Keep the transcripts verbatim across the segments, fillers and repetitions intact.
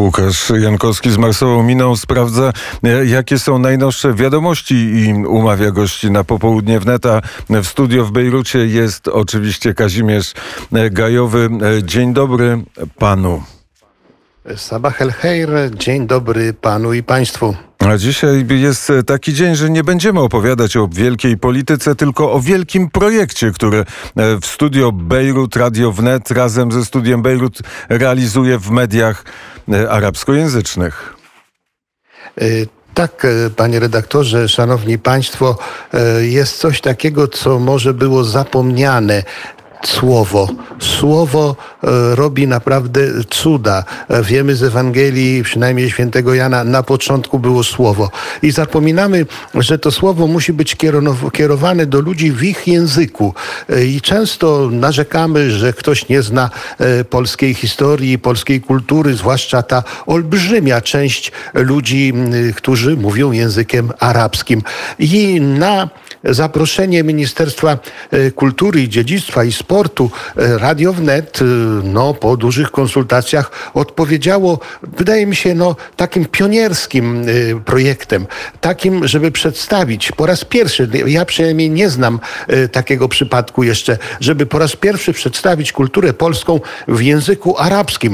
Łukasz Jankowski z marsową miną sprawdza, jakie są najnowsze wiadomości i umawia gości na popołudnie wneta. W studio w Bejrucie jest oczywiście Kazimierz Gajowy. Dzień dobry panu. Sabah el Khair, dzień dobry panu i państwu. A dzisiaj jest taki dzień, że nie będziemy opowiadać o wielkiej polityce, tylko o wielkim projekcie, który w studio Bejrut, Radio Wnet razem ze studiem Bejrut realizuje w mediach arabskojęzycznych. Y Tak, panie redaktorze, szanowni państwo, jest coś takiego, co może było zapomniane. Słowo. Słowo e, robi naprawdę cuda. E, wiemy z Ewangelii, przynajmniej świętego Jana, na początku było Słowo. I zapominamy, że to Słowo musi być kierowane do ludzi w ich języku. E, I często narzekamy, że ktoś nie zna e, polskiej historii, polskiej kultury, zwłaszcza ta olbrzymia część ludzi, e, którzy mówią językiem arabskim. I na zaproszenie Ministerstwa Kultury i Dziedzictwa i Sportu Radio Wnet, no, po dużych konsultacjach odpowiedziało, wydaje mi się, no, takim pionierskim projektem, takim, żeby przedstawić po raz pierwszy, ja przynajmniej nie znam takiego przypadku jeszcze, żeby po raz pierwszy przedstawić kulturę polską w języku arabskim.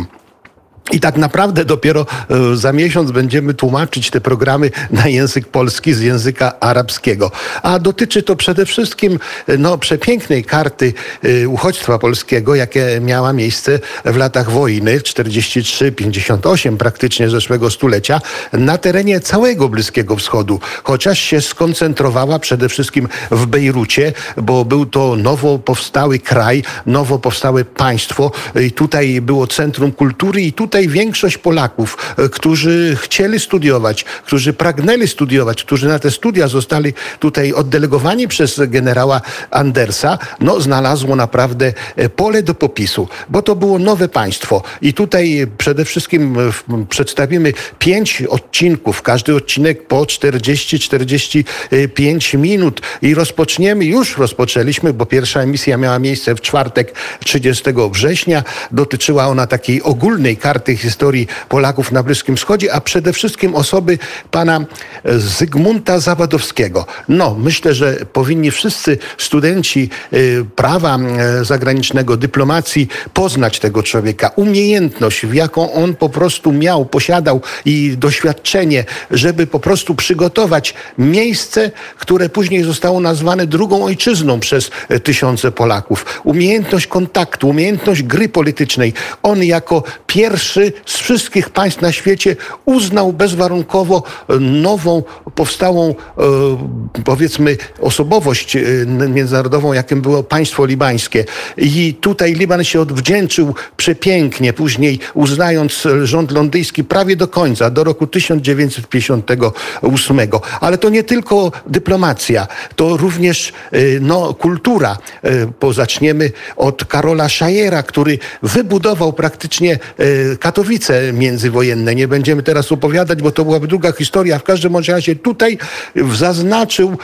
I tak naprawdę dopiero za miesiąc będziemy tłumaczyć te programy na język polski z języka arabskiego. A dotyczy to przede wszystkim no, przepięknej karty uchodźstwa polskiego, jakie miała miejsce w latach wojny czterdziesty trzeci pięćdziesiąt osiem praktycznie zeszłego stulecia na terenie całego Bliskiego Wschodu. Chociaż się skoncentrowała przede wszystkim w Bejrucie, bo był to nowo powstały kraj, nowo powstałe państwo. I tutaj było centrum kultury i tutaj większość Polaków, którzy chcieli studiować, którzy pragnęli studiować, którzy na te studia zostali tutaj oddelegowani przez generała Andersa, no znalazło naprawdę pole do popisu, bo to było nowe państwo. I tutaj przede wszystkim przedstawimy pięć odcinków, każdy odcinek po czterdzieści czterdzieści pięć minut i rozpoczniemy, już rozpoczęliśmy, bo pierwsza emisja miała miejsce w czwartek trzydziestego września. Dotyczyła ona takiej ogólnej karty historii Polaków na Bliskim Wschodzie, a przede wszystkim osoby pana Zygmunta Zawadowskiego. No, myślę, że powinni wszyscy studenci y, prawa y, zagranicznego, dyplomacji poznać tego człowieka. Umiejętność, w jaką on po prostu miał, posiadał i doświadczenie, żeby po prostu przygotować miejsce, które później zostało nazwane drugą ojczyzną przez y, tysiące Polaków. Umiejętność kontaktu, umiejętność gry politycznej. On jako pierwszy z wszystkich państw na świecie uznał bezwarunkowo nową, powstałą, e, powiedzmy, osobowość e, międzynarodową, jakim było państwo libańskie. I tutaj Liban się odwdzięczył przepięknie, później uznając rząd londyński prawie do końca, do roku tysiąc dziewięćset pięćdziesiątego ósmego. Ale to nie tylko dyplomacja, to również e, no, kultura. E, bo zaczniemy od Karola Szajera, który wybudował praktycznie e, Katowice międzywojenne. Nie będziemy teraz opowiadać, bo to byłaby długa historia. W każdym razie tutaj zaznaczył,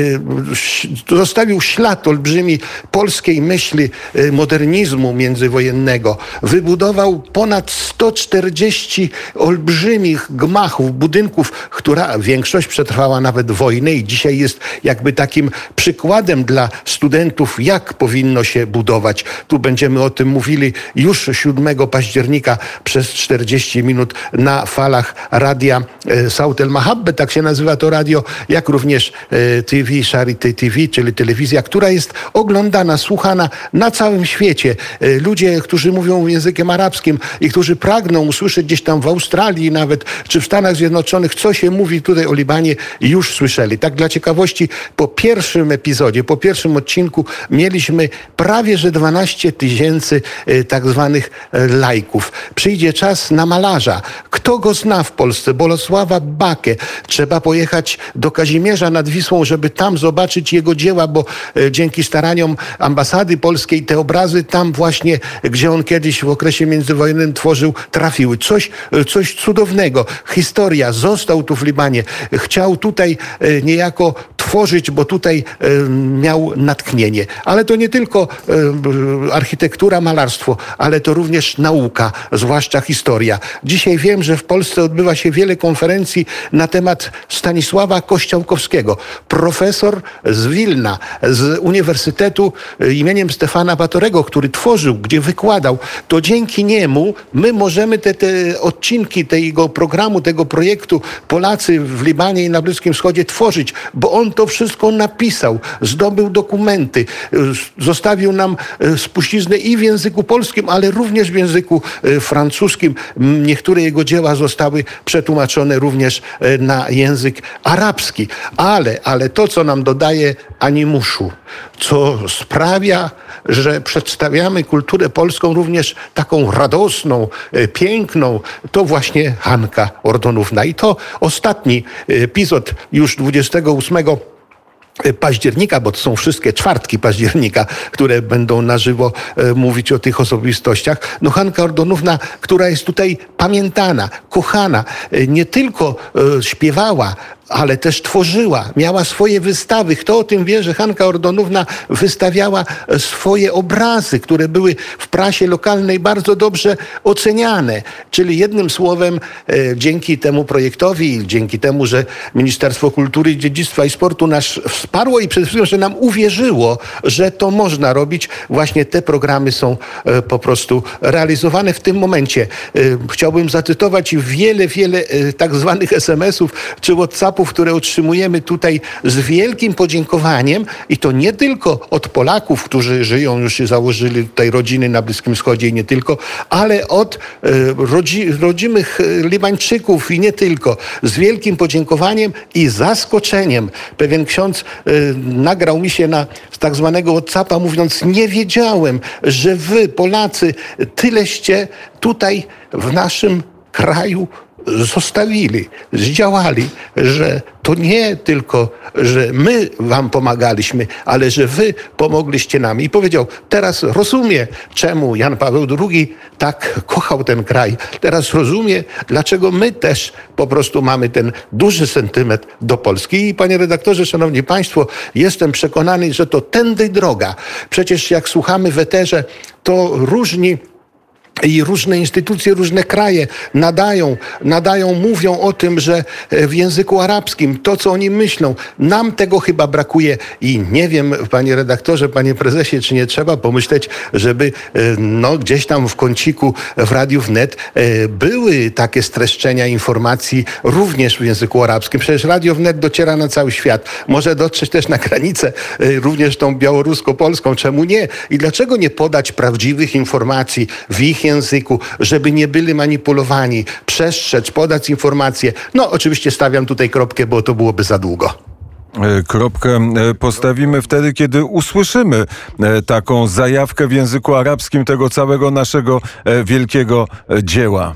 zostawił ślad olbrzymi polskiej myśli modernizmu międzywojennego. Wybudował ponad sto czterdzieści olbrzymich gmachów, budynków, która większość przetrwała nawet wojnę i dzisiaj jest jakby takim przykładem dla studentów, jak powinno się budować. Tu będziemy o tym mówili już siódmego października przez czterdzieści minut na falach radia Saut El Mahabbe, tak się nazywa to radio, jak również T V, Charity T V, czyli telewizja, która jest oglądana, słuchana na całym świecie. Ludzie, którzy mówią językiem arabskim i którzy pragną usłyszeć gdzieś tam w Australii nawet, czy w Stanach Zjednoczonych, co się mówi tutaj o Libanie, już słyszeli. Tak dla ciekawości, po pierwszym epizodzie, po pierwszym odcinku mieliśmy prawie że dwanaście tysięcy tak zwanych lajków. Przyjdzie czas na malarza. Kto go zna w Polsce? Bolesława Bakę. Trzeba pojechać do Kazimierza nad Wisłą, żeby tam zobaczyć jego dzieła, bo e, dzięki staraniom ambasady polskiej te obrazy tam właśnie, gdzie on kiedyś w okresie międzywojennym tworzył, trafiły. Coś, e, coś cudownego. Historia. Został tu w Libanie. Chciał tutaj e, niejako tworzyć tworzyć, bo tutaj miał natchnienie. Ale to nie tylko architektura, malarstwo, ale to również nauka, zwłaszcza historia. Dzisiaj wiem, że w Polsce odbywa się wiele konferencji na temat Stanisława Kościołkowskiego. Profesor z Wilna, z Uniwersytetu imieniem Stefana Batorego, który tworzył, gdzie wykładał. To dzięki niemu my możemy te, te odcinki tego programu, tego projektu Polacy w Libanie i na Bliskim Wschodzie tworzyć, bo on to wszystko napisał, zdobył dokumenty, zostawił nam spuściznę i w języku polskim, ale również w języku francuskim. Niektóre jego dzieła zostały przetłumaczone również na język arabski. Ale, ale to, co nam dodaje animuszu, co sprawia, że przedstawiamy kulturę polską również taką radosną, piękną, to właśnie Hanka Ordonówna. I to ostatni epizod już dwudziestego ósmego października, bo to są wszystkie czwartki października, które będą na żywo e, mówić o tych osobistościach. No Hanka Ordonówna, która jest tutaj pamiętana, kochana, e, nie tylko e, śpiewała, ale też tworzyła, miała swoje wystawy. Kto o tym wie, że Hanka Ordonówna wystawiała swoje obrazy, które były w prasie lokalnej bardzo dobrze oceniane. Czyli jednym słowem, e, dzięki temu projektowi, dzięki temu, że Ministerstwo Kultury, Dziedzictwa i Sportu nas wsparło i przede wszystkim, że nam uwierzyło, że to można robić, właśnie te programy są e, po prostu realizowane w tym momencie. E, chciałbym zacytować wiele, wiele e, tak zwanych es em esów czy WhatsAppów, które otrzymujemy tutaj z wielkim podziękowaniem i to nie tylko od Polaków, którzy żyją, już się założyli tutaj rodziny na Bliskim Wschodzie i nie tylko, ale od e, rodzi, rodzimych Libańczyków i nie tylko. Z wielkim podziękowaniem i zaskoczeniem. Pewien ksiądz e, nagrał mi się na z tak zwanego WhatsAppa mówiąc, nie wiedziałem, że wy Polacy tyleście tutaj w naszym kraju zostawili, zdziałali, że to nie tylko, że my wam pomagaliśmy, ale że wy pomogliście nam. I powiedział, teraz rozumie, czemu Jan Paweł drugi tak kochał ten kraj. Teraz rozumie, dlaczego my też po prostu mamy ten duży sentyment do Polski. I panie redaktorze, szanowni państwo, jestem przekonany, że to tędy droga. Przecież jak słuchamy w eterze, to różni i różne instytucje, różne kraje nadają, nadają, mówią o tym, że w języku arabskim to, co oni myślą, nam tego chyba brakuje i nie wiem, panie redaktorze, panie prezesie, czy nie trzeba pomyśleć, żeby no, gdzieś tam w kąciku w Radiu Wnet były takie streszczenia informacji również w języku arabskim. Przecież Radio Wnet dociera na cały świat. Może dotrzeć też na granicę, również tą białorusko-polską. Czemu nie? I dlaczego nie podać prawdziwych informacji w ich języku, żeby nie byli manipulowani, przestrzec, podać informacje. No oczywiście stawiam tutaj kropkę, bo to byłoby za długo. Kropkę postawimy wtedy, kiedy usłyszymy taką zajawkę w języku arabskim tego całego naszego wielkiego dzieła.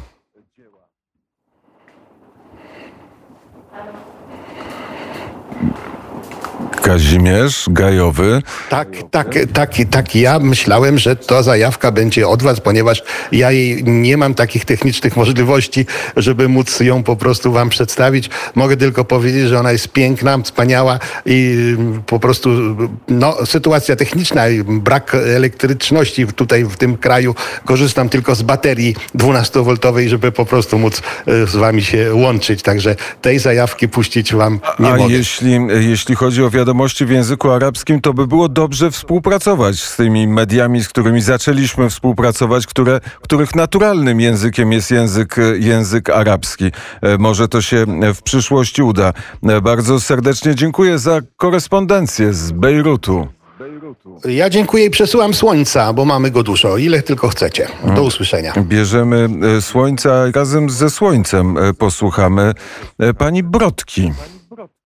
Kazimierz Gajowy. Tak, tak, tak, tak. Ja myślałem, że ta zajawka będzie od was, ponieważ ja jej nie mam takich technicznych możliwości, żeby móc ją po prostu wam przedstawić. Mogę tylko powiedzieć, że ona jest piękna, wspaniała i po prostu no, sytuacja techniczna, brak elektryczności tutaj w tym kraju. Korzystam tylko z baterii dwunastowoltowej, żeby po prostu móc z wami się łączyć. Także tej zajawki puścić wam nie A mogę. Jeśli, jeśli chodzi o wiadomości w języku arabskim, to by było dobrze współpracować z tymi mediami, z którymi zaczęliśmy współpracować, które, których naturalnym językiem jest język, język arabski. Może to się w przyszłości uda. Bardzo serdecznie dziękuję za korespondencję z Bejrutu. Ja dziękuję i przesyłam słońca, bo mamy go dużo. Ile tylko chcecie. Do usłyszenia. Bierzemy słońca, razem ze słońcem posłuchamy pani Brodki.